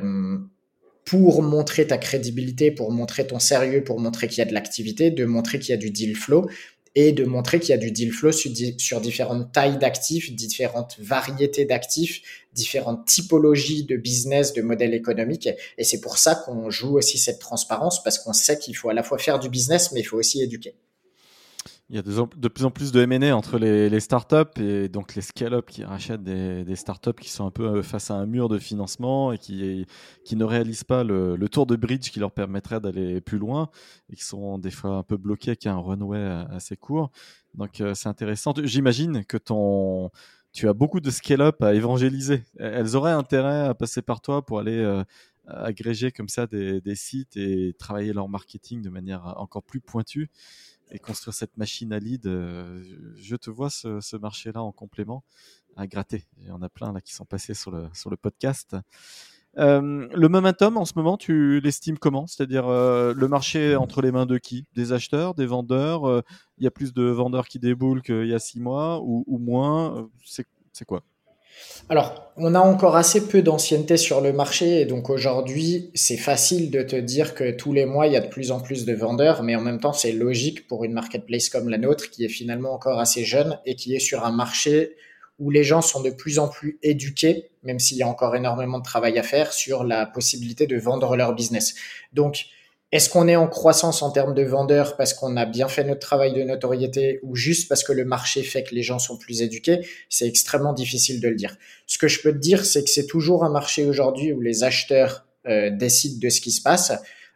pour montrer ta crédibilité, pour montrer ton sérieux, pour montrer qu'il y a de l'activité, de montrer qu'il y a du deal flow et de montrer qu'il y a du deal flow sur différentes tailles d'actifs, différentes variétés d'actifs, différentes typologies de business, de modèles économiques. Et c'est pour ça qu'on joue aussi cette transparence, parce qu'on sait qu'il faut à la fois faire du business, mais il faut aussi éduquer. Il y a de plus en plus de M&A entre les startups et donc les scale-up qui rachètent des startups qui sont un peu face à un mur de financement et qui ne réalisent pas le tour de bridge qui leur permettrait d'aller plus loin et qui sont des fois un peu bloqués avec un runway assez court. Donc c'est intéressant. J'imagine que tu as beaucoup de scale-up à évangéliser. Elles auraient intérêt à passer par toi pour aller agréger comme ça des sites et travailler leur marketing de manière encore plus pointue. Et construire cette machine à lead, je te vois ce marché-là en complément à gratter. Il y en a plein là qui sont passés sur le podcast. Le momentum en ce moment, tu l'estimes comment ? C'est-à-dire le marché entre les mains de qui ? Des acheteurs, des vendeurs ? Il y a plus de vendeurs qui déboulent qu'il y a 6 mois ou moins ? C'est quoi ? Alors, on a encore assez peu d'ancienneté sur le marché et donc aujourd'hui, c'est facile de te dire que tous les mois, il y a de plus en plus de vendeurs, mais en même temps, c'est logique pour une marketplace comme la nôtre qui est finalement encore assez jeune et qui est sur un marché où les gens sont de plus en plus éduqués, même s'il y a encore énormément de travail à faire, sur la possibilité de vendre leur business. Donc, est-ce qu'on est en croissance en termes de vendeurs parce qu'on a bien fait notre travail de notoriété ou juste parce que le marché fait que les gens sont plus éduqués? C'est extrêmement difficile de le dire. Ce que je peux te dire, c'est que c'est toujours un marché aujourd'hui où les acheteurs décident de ce qui se passe.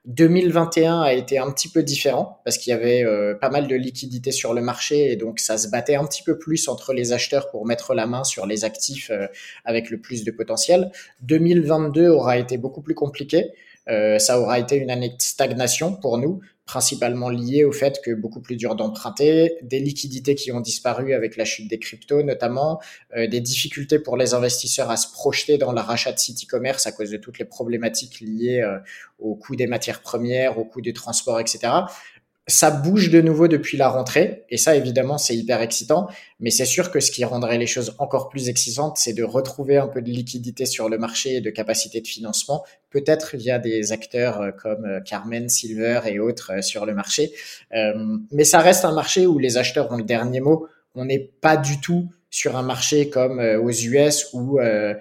2021 a été un petit peu différent parce qu'il y avait pas mal de liquidités sur le marché et donc ça se battait un petit peu plus entre les acheteurs pour mettre la main sur les actifs avec le plus de potentiel. 2022 aura été beaucoup plus compliqué. Ça aura été une année de stagnation pour nous, principalement liée au fait que beaucoup plus dur d'emprunter, des liquidités qui ont disparu avec la chute des cryptos notamment, des difficultés pour les investisseurs à se projeter dans la rachat de sites e-commerce à cause de toutes les problématiques liées au coût des matières premières, au coût des transports, etc. Ça bouge de nouveau depuis la rentrée et ça évidemment c'est hyper excitant, mais c'est sûr que ce qui rendrait les choses encore plus excitantes, c'est de retrouver un peu de liquidité sur le marché et de capacité de financement, peut-être via des acteurs comme Carmen, Silver et autres sur le marché. Mais ça reste un marché où les acheteurs ont le dernier mot. On n'est pas du tout sur un marché comme aux US où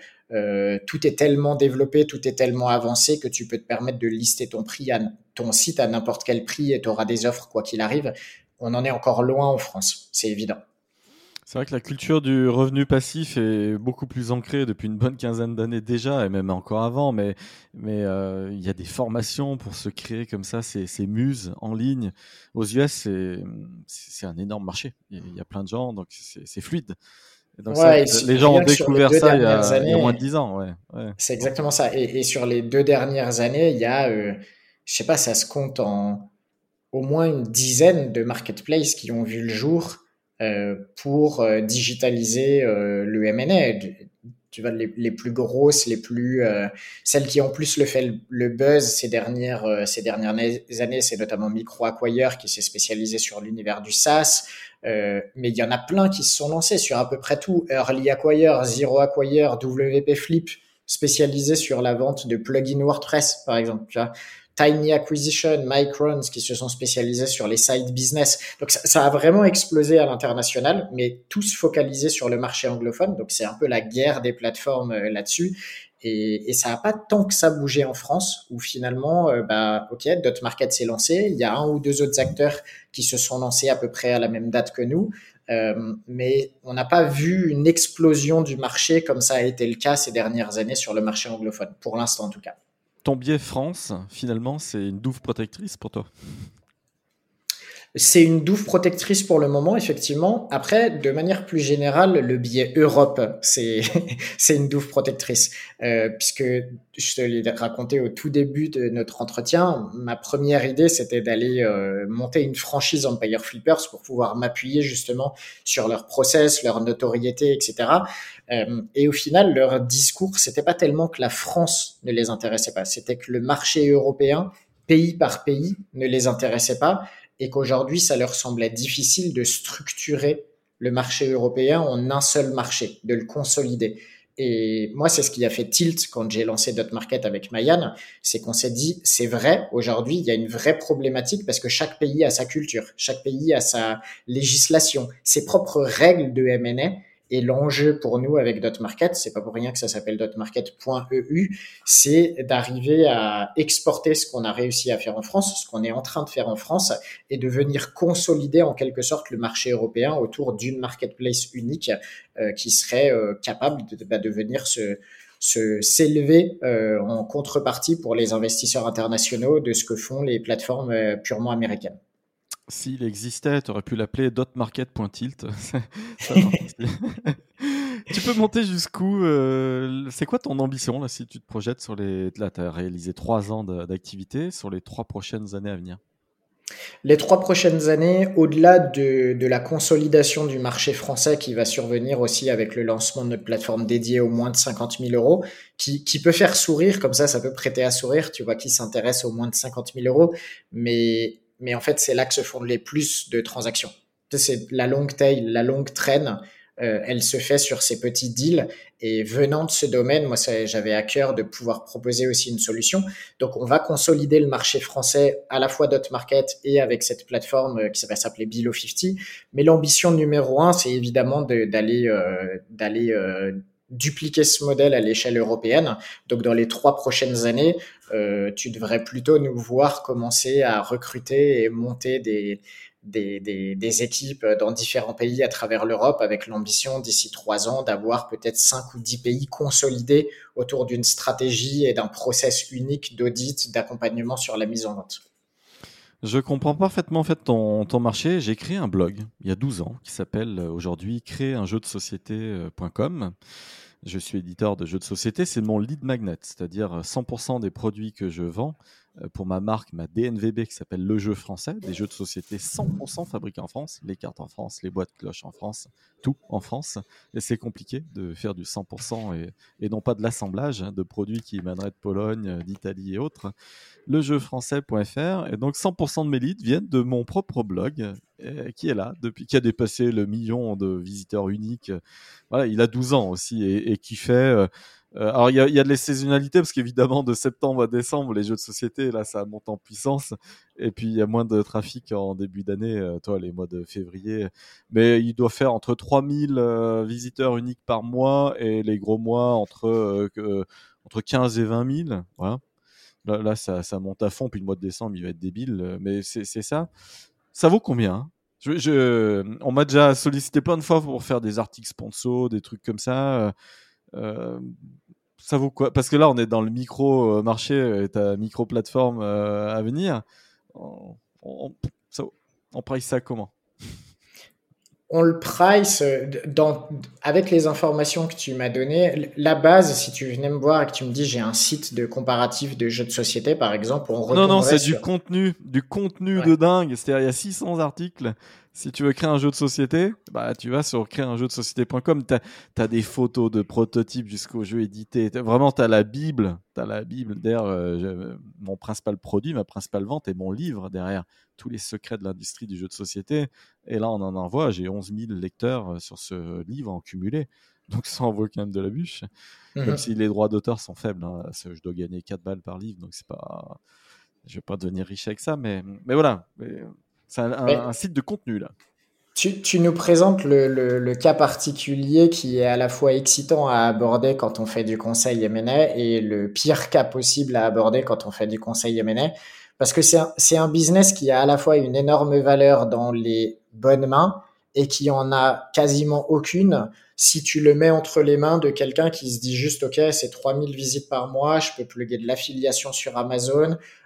tout est tellement développé, tout est tellement avancé que tu peux te permettre de lister ton site à n'importe quel prix et tu auras des offres quoi qu'il arrive. On en est encore loin en France, c'est évident. C'est vrai que la culture du revenu passif est beaucoup plus ancrée depuis une bonne quinzaine d'années déjà, et même encore avant, mais il y a des formations pour se créer comme ça, ces muses en ligne. Aux US, c'est un énorme marché. Il y a plein de gens, donc c'est fluide. Et donc c'est vrai Ouais, que les gens ont rien que sur les découvert deux ça dernières il y a moins de années, 10 ans. Ouais, ouais. c'est exactement ça. Et sur les 2 dernières années, il y a, je sais pas, ça se compte en au moins une dizaine de marketplaces qui ont vu le jour pour digitaliser le M&A. Tu vois, les plus grosses, celles qui en plus le buzz ces dernières années, c'est notamment MicroAcquire qui s'est spécialisé sur l'univers du SaaS. Mais il y en a plein qui se sont lancés sur à peu près tout. Early Acquire, Zero Acquire, WP Flip, spécialisé sur la vente de plugins WordPress, par exemple. Tu vois. Tiny Acquisition, Microns, qui se sont spécialisés sur les side business. Donc ça a vraiment explosé à l'international, mais tous focalisés sur le marché anglophone. Donc c'est un peu la guerre des plateformes là-dessus. Et ça n'a pas tant que ça bougé en France, où finalement, ok, Dotmarket s'est lancé. Il y a un ou deux autres acteurs qui se sont lancés à peu près à la même date que nous. Mais on n'a pas vu une explosion du marché comme ça a été le cas ces dernières années sur le marché anglophone, pour l'instant en tout cas. Ton biais France, finalement, c'est une douve protectrice pour toi. C'est une douve protectrice pour le moment, effectivement. Après, de manière plus générale, le biais Europe, c'est c'est une douve protectrice. Puisque je te l'ai raconté au tout début de notre entretien, ma première idée, c'était d'aller monter une franchise Empire Flippers pour pouvoir m'appuyer justement sur leur process, leur notoriété, etc. Et au final, leur discours, c'était pas tellement que la France ne les intéressait pas, c'était que le marché européen, pays par pays, ne les intéressait pas et qu'aujourd'hui, ça leur semblait difficile de structurer le marché européen en un seul marché, de le consolider. Et moi, c'est ce qui a fait tilt quand j'ai lancé Dot Market avec Mayan, c'est qu'on s'est dit, c'est vrai, aujourd'hui, il y a une vraie problématique parce que chaque pays a sa culture, chaque pays a sa législation, ses propres règles de M&A. Et l'enjeu pour nous avec Dot Market, c'est pas pour rien que ça s'appelle dotmarket.eu, c'est d'arriver à exporter ce qu'on a réussi à faire en France, ce qu'on est en train de faire en France, et de venir consolider en quelque sorte le marché européen autour d'une marketplace unique qui serait capable de venir s'élever en contrepartie pour les investisseurs internationaux de ce que font les plateformes purement américaines. S'il existait, tu aurais pu l'appeler dotmarket.tilt. Ça marche aussi. Tu peux monter jusqu'où c'est quoi ton ambition là, si tu te projettes sur les... Là, tu as réalisé 3 ans d'activité sur les 3 prochaines années à venir. Les 3 prochaines années, au-delà de la consolidation du marché français qui va survenir aussi avec le lancement de notre plateforme dédiée aux moins de 50 000 euros, qui peut faire sourire, comme ça peut prêter à sourire, tu vois, qui s'intéresse aux moins de 50 000 euros, mais en fait, c'est là que se font les plus de transactions. C'est la longue tail, la longue traîne, elle se fait sur ces petits deals. Et venant de ce domaine, moi, j'avais à cœur de pouvoir proposer aussi une solution. Donc, on va consolider le marché français à la fois Dot Market et avec cette plateforme qui va s'appeler Below 50. Mais l'ambition numéro un, c'est évidemment d'aller dupliquer ce modèle à l'échelle européenne. Donc, dans les 3 prochaines années, tu devrais plutôt nous voir commencer à recruter et monter des équipes dans différents pays à travers l'Europe avec l'ambition d'ici 3 ans d'avoir peut-être 5 ou 10 pays consolidés autour d'une stratégie et d'un process unique d'audit, d'accompagnement sur la mise en vente. Je comprends parfaitement en fait ton marché. J'ai créé un blog il y a 12 ans qui s'appelle aujourd'hui créeunjeudeSociété.com. Je suis éditeur de jeux de société, c'est mon lead magnet, c'est-à-dire 100% des produits que je vends pour ma marque, ma DNVB qui s'appelle Le Jeu Français, des jeux de société 100% fabriqués en France, les cartes en France, les boîtes cloches en France, tout en France. Et c'est compliqué de faire du 100% et non pas de l'assemblage de produits qui émaneraient de Pologne, d'Italie et autres. Lejeufrançais.fr. Et donc 100% de mes leads viennent de mon propre blog qui est là, depuis qui a dépassé le million de visiteurs uniques. Voilà, il a 12 ans aussi et qui fait... alors, il y a de la saisonnalité parce qu'évidemment, de septembre à décembre, les jeux de société, là, ça monte en puissance. Et puis, il y a moins de trafic en début d'année, toi, les mois de février. Mais il doit faire entre 3000 visiteurs uniques par mois et les gros mois entre 15 et 20 000. Voilà. Là ça monte à fond. Puis le mois de décembre, il va être débile. Mais c'est ça. Ça vaut combien hein on m'a déjà sollicité plein de fois pour faire des articles sponsors, des trucs comme ça. Ça vaut quoi? Parce que là, on est dans le micro-marché et ta micro-plateforme à venir. On price ça comment? On le price avec les informations que tu m'as données. La base, si tu venais me voir et que tu me dis j'ai un site de comparatif de jeux de société, par exemple, on retomberait Non, c'est sur... du contenu Ouais. de dingue. C'est-à-dire, il y a 600 articles. Si tu veux créer un jeu de société, bah, tu vas sur créeunjeudeSociété.com. T'as des photos de prototypes jusqu'au jeu édité. Vraiment, t'as la Bible. D'ailleurs, mon principal produit, ma principale vente est mon livre derrière. Tous les secrets de l'industrie du jeu de société. Et là, on en envoie. J'ai 11 000 lecteurs sur ce livre en cumulé. Donc, ça envoie quand même de la bûche. Même si les droits d'auteur sont faibles. Hein. Je dois gagner 4 balles par livre. Donc, c'est pas... Je vais pas devenir riche avec ça. Mais voilà. C'est un site de contenu, là. Tu nous présentes le cas particulier qui est à la fois excitant à aborder quand on fait du conseil M&A et le pire cas possible à aborder quand on fait du conseil M&A. Parce que c'est un business qui a à la fois une énorme valeur dans les bonnes mains et qui en a quasiment aucune si tu le mets entre les mains de quelqu'un qui se dit juste, OK, c'est 3000 visites par mois, je peux plugger de l'affiliation sur Amazon,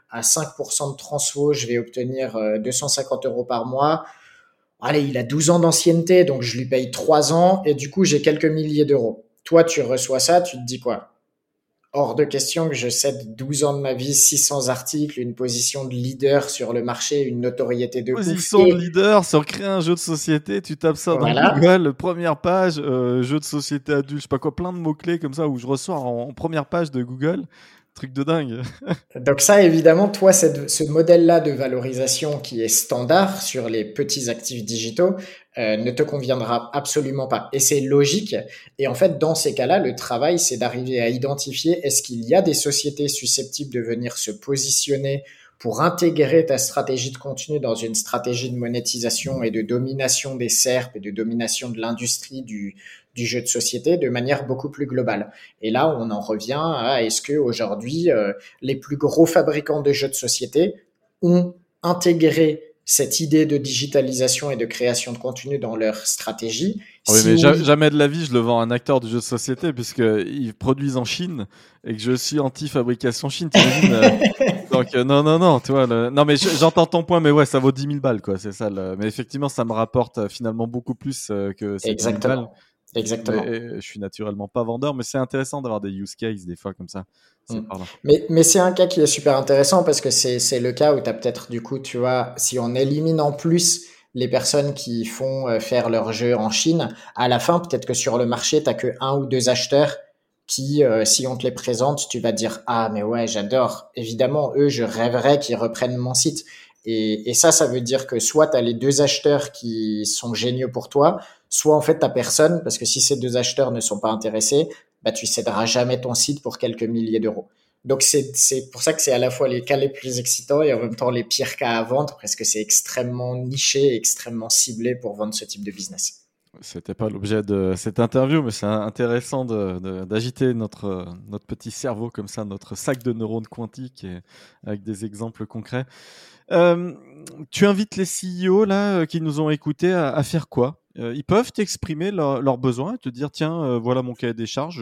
à 5% de transfo, je vais obtenir 250 euros par mois. Allez, il a 12 ans d'ancienneté, donc je lui paye 3 ans et du coup, j'ai quelques milliers d'euros. Toi, tu reçois ça, tu te dis quoi? Hors de question que je cède 12 ans de ma vie, 600 articles, une position de leader sur le marché, une notoriété de ouf. Position de Et leader sur créer un jeu de société, tu tapes ça dans voilà. Google, première page, jeu de société adulte, je sais pas quoi, plein de mots-clés comme ça où je ressors en première page de Google. Truc de dingue. Donc ça, évidemment, toi, ce modèle-là de valorisation qui est standard sur les petits actifs digitaux ne te conviendra absolument pas. Et c'est logique. Et en fait, dans ces cas-là, le travail, c'est d'arriver à identifier est-ce qu'il y a des sociétés susceptibles de venir se positionner pour intégrer ta stratégie de contenu dans une stratégie de monétisation et de domination des SERP et de domination de l'industrie du jeu de société de manière beaucoup plus globale. Et là, on en revient à est-ce que aujourd'hui les plus gros fabricants de jeux de société ont intégré cette idée de digitalisation et de création de contenu dans leur stratégie. Oui, Si mais oui, jamais de la vie je le vends à un acteur de jeu de société puisqu'ils produisent en Chine et que je suis anti-fabrication Chine, t'imagines donc non, non, non, tu vois. Non, mais j'entends ton point, mais ouais, ça vaut 10 000 balles, quoi, c'est ça. Mais effectivement, ça me rapporte finalement beaucoup plus que ces 10 000 balles. exactement, exactement. Mais je suis naturellement pas vendeur, mais c'est intéressant d'avoir des use cases des fois comme ça. Mm. C'est parlant. Mais c'est un cas qui est super intéressant parce que c'est le cas où tu as peut-être du coup, tu vois, si on élimine en plus les personnes qui font faire leur jeu en Chine, à la fin, peut-être que sur le marché, tu que un ou deux acheteurs qui, si on te les présente, tu vas dire, ah, mais ouais, j'adore. Évidemment, eux, je rêverais qu'ils reprennent mon site. Et ça veut dire que soit tu as les deux acheteurs qui sont géniaux pour toi, soit en fait, tu personne, parce que si ces deux acheteurs ne sont pas intéressés, bah, tu céderas jamais ton site pour quelques milliers d'euros. Donc c'est pour ça que c'est à la fois les cas les plus excitants et en même temps les pires cas à vendre parce que c'est extrêmement niché, extrêmement ciblé pour vendre ce type de business. C'était pas l'objet de cette interview, mais c'est intéressant d'agiter notre petit cerveau comme ça, notre sac de neurones quantiques avec des exemples concrets. Euh, Tu invites les CEO là qui nous ont écoutés à faire quoi? Ils peuvent t'exprimer leurs besoins et te dire tiens, voilà mon cahier des charges,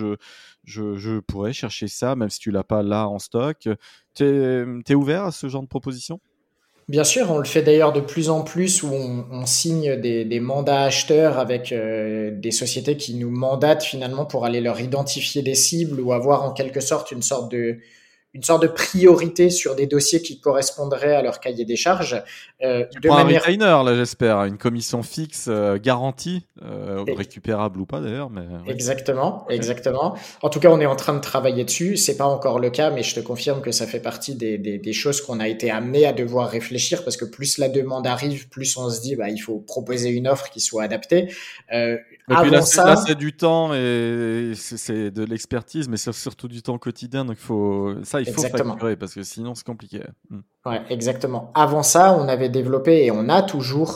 je pourrais chercher ça, même si tu l'as pas là en stock. T'es ouvert à ce genre de proposition? Bien sûr, on le fait d'ailleurs de plus en plus où on signe des mandats acheteurs avec des sociétés qui nous mandatent finalement pour aller leur identifier des cibles ou avoir en quelque sorte une sorte de priorité sur des dossiers qui correspondraient à leur cahier des charges. Tu De prends un manière retainer là, j'espère, une commission fixe garantie, récupérable ou pas d'ailleurs, mais oui. Exactement, Ok. exactement. En tout cas, on est en train de travailler dessus. C'est pas encore le cas, mais je te confirme que ça fait partie des choses qu'on a été amené à devoir réfléchir parce que plus la demande arrive, plus on se dit, bah, il faut proposer une offre qui soit adaptée. Et puis là, Avant ça, c'est du temps et c'est de l'expertise, mais c'est surtout du temps quotidien. Donc il faut exactement. facturer parce que sinon c'est compliqué. Hmm. Ouais, exactement. Avant ça, on avait développé et on a toujours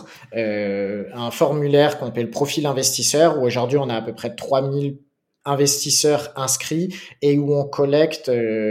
un formulaire qu'on appelle le profil investisseur, où aujourd'hui on a à peu près 3000 investisseurs inscrits et où on collecte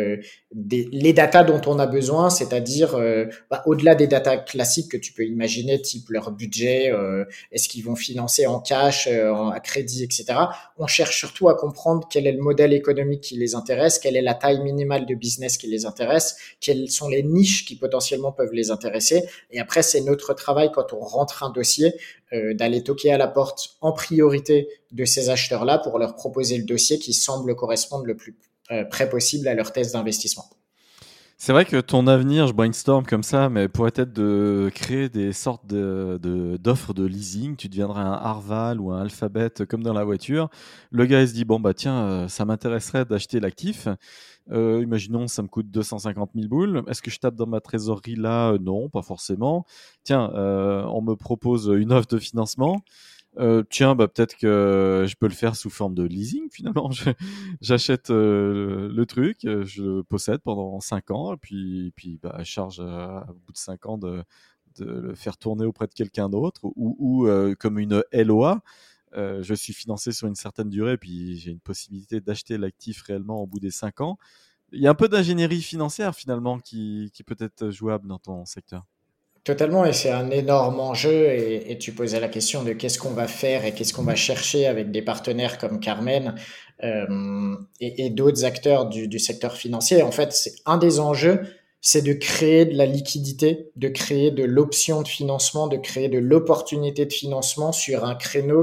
les datas dont on a besoin, c'est-à-dire au-delà des datas classiques que tu peux imaginer, type leur budget, est-ce qu'ils vont financer en cash, à crédit, etc. On cherche surtout à comprendre quel est le modèle économique qui les intéresse, quelle est la taille minimale de business qui les intéresse, quelles sont les niches qui potentiellement peuvent les intéresser. Et après, c'est notre travail quand on rentre un dossier d'aller toquer à la porte en priorité de ces acheteurs-là pour leur proposer le dossier qui semble correspondre le plus près possible à leur thèse d'investissement. C'est vrai que ton avenir, je brainstorm comme ça, mais pourrait être de créer des sortes d'offres de leasing. Tu deviendrais un Arval ou un Alphabet comme dans la voiture. Le gars, il se dit, bon, bah tiens, ça m'intéresserait d'acheter l'actif. Imaginons, ça me coûte 250 000 boules. Est-ce que je tape dans ma trésorerie là? Non, pas forcément. Tiens, on me propose une offre de financement. Tiens, bah, peut-être que je peux le faire sous forme de leasing finalement. J'achète le truc, je le possède pendant 5 ans, et puis bah, je charge au bout de 5 ans de le faire tourner auprès de quelqu'un d'autre, ou comme une LOA, je suis financé sur une certaine durée, puis j'ai une possibilité d'acheter l'actif réellement au bout des 5 ans. Il y a un peu d'ingénierie financière finalement qui peut être jouable dans ton secteur. Totalement, et c'est un énorme enjeu. Et tu posais la question de qu'est-ce qu'on va faire et qu'est-ce qu'on va chercher avec des partenaires comme Carmen et d'autres acteurs du secteur financier. En fait, c'est un des enjeux, c'est de créer de la liquidité, de créer de l'option de financement, de créer de l'opportunité de financement sur un créneau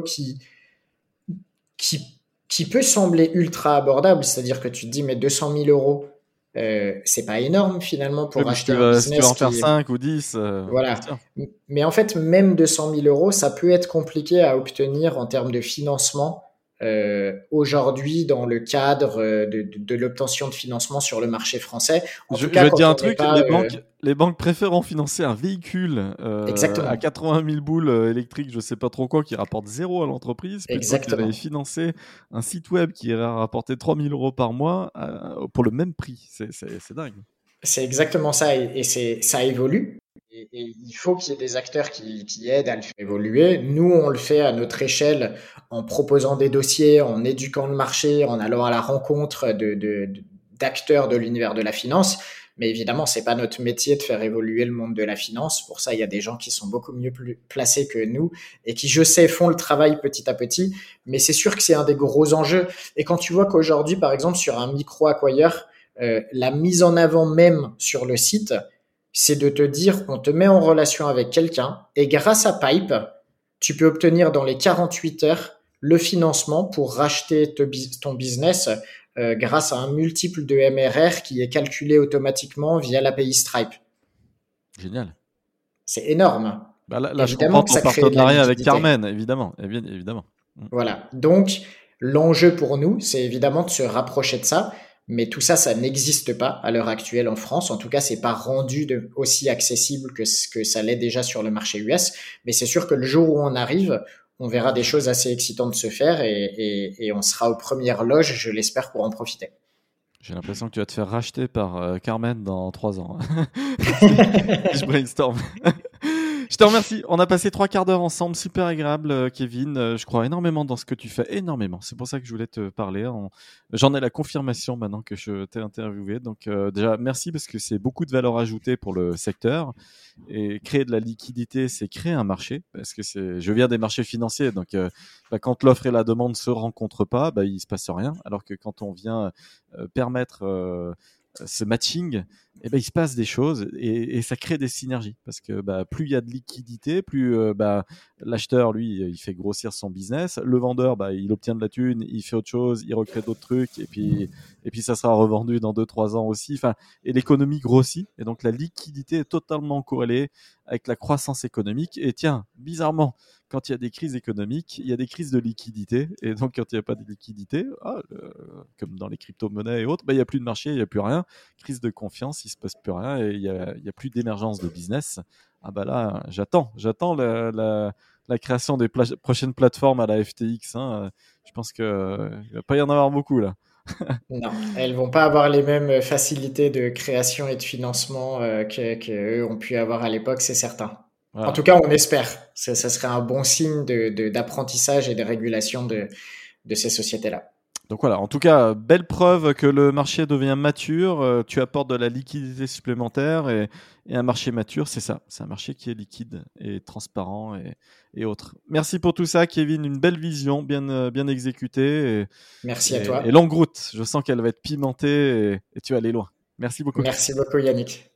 qui, qui peut sembler ultra abordable. C'est-à-dire que tu te dis, mais 200 000 euros, c'est pas énorme finalement Oui, pour mais acheter un si tu veux business en faire qui, 5 ou 10, bien voilà. sûr. Mais en fait, même 200 000 euros, ça peut être compliqué à obtenir en termes de financement aujourd'hui dans le cadre de l'obtention de financement sur le marché français. En Je tout vais cas, te dire quand un on n'est truc, pas les banques préfèrent en financer un véhicule à exactement, 80 000 boules électriques, je sais pas trop quoi, qui rapporte zéro à l'entreprise, plutôt que d'aller exactement. financer un site web qui irait rapporter 3 000 euros par mois pour le même prix. C'est dingue. C'est exactement ça et ça évolue. Et il faut qu'il y ait des acteurs qui aident à le faire évoluer. Nous, on le fait à notre échelle en proposant des dossiers, en éduquant le marché, en allant à la rencontre d'acteurs de l'univers de la finance. Mais évidemment, c'est pas notre métier de faire évoluer le monde de la finance. Pour ça, il y a des gens qui sont beaucoup mieux placés que nous et qui, je sais, font le travail petit à petit. Mais c'est sûr que c'est un des gros enjeux. Et quand tu vois qu'aujourd'hui, par exemple, sur un micro-acquire, la mise en avant même sur le site, c'est de te dire, on te met en relation avec quelqu'un et grâce à Pipe, tu peux obtenir dans les 48 heures le financement pour racheter ton business grâce à un multiple de MRR qui est calculé automatiquement via l'API Stripe. Génial. C'est énorme. Bah là, je Évidemment comprends que ton ça crée de la partenariat avec liquidité. Carmen, évidemment. Évidemment. Voilà. Donc, l'enjeu pour nous, c'est évidemment de se rapprocher de ça. Mais tout ça, ça n'existe pas à l'heure actuelle en France. En tout cas, c'est pas rendu aussi accessible que ce que ça l'est déjà sur le marché US. Mais c'est sûr que le jour où on arrive, on verra des choses assez excitantes se faire et on sera aux premières loges, je l'espère, pour en profiter. J'ai l'impression que tu vas te faire racheter par Carmen dans 3 ans. Si je brainstorm. Je te remercie. On a passé 3 quarts d'heure ensemble, super agréable, Kevin. Je crois énormément dans ce que tu fais, énormément. C'est pour ça que je voulais te parler. J'en ai la confirmation maintenant que je t'ai interviewé. Donc déjà, merci parce que c'est beaucoup de valeur ajoutée pour le secteur. Et créer de la liquidité, c'est créer un marché. Parce que je viens des marchés financiers. Donc quand l'offre et la demande se rencontrent pas, il se passe rien. Alors que quand on vient permettre ce matching, il se passe des choses et ça crée des synergies parce que plus il y a de liquidité, plus l'acheteur lui il fait grossir son business, le vendeur il obtient de la thune, il fait autre chose, il recrée d'autres trucs et puis ça sera revendu dans 2-3 ans aussi, et l'économie grossit et donc la liquidité est totalement corrélée avec la croissance économique. Et tiens, bizarrement, quand il y a des crises économiques, il y a des crises de liquidité. Et donc, quand il n'y a pas de liquidité, comme dans les crypto-monnaies et autres, il n'y a plus de marché, il n'y a plus rien. Crise de confiance, il ne se passe plus rien et il n'y a plus d'émergence de business. Là, j'attends la création des prochaines plateformes à la FTX. Je pense qu'il ne va pas y en avoir beaucoup là. Non, elles vont pas avoir les mêmes facilités de création et de financement que eux ont pu avoir à l'époque, c'est certain. En Voilà. tout cas, on espère. Ça serait un bon signe d'apprentissage et de régulation de ces sociétés-là. Donc voilà, en tout cas, belle preuve que le marché devient mature, tu apportes de la liquidité supplémentaire et un marché mature, c'est ça, c'est un marché qui est liquide et transparent et autres. Merci pour tout ça, Kevin, une belle vision, bien exécutée Merci à et toi. longue route. Je sens qu'elle va être pimentée et tu vas aller loin. Merci beaucoup. Merci beaucoup, Yannick.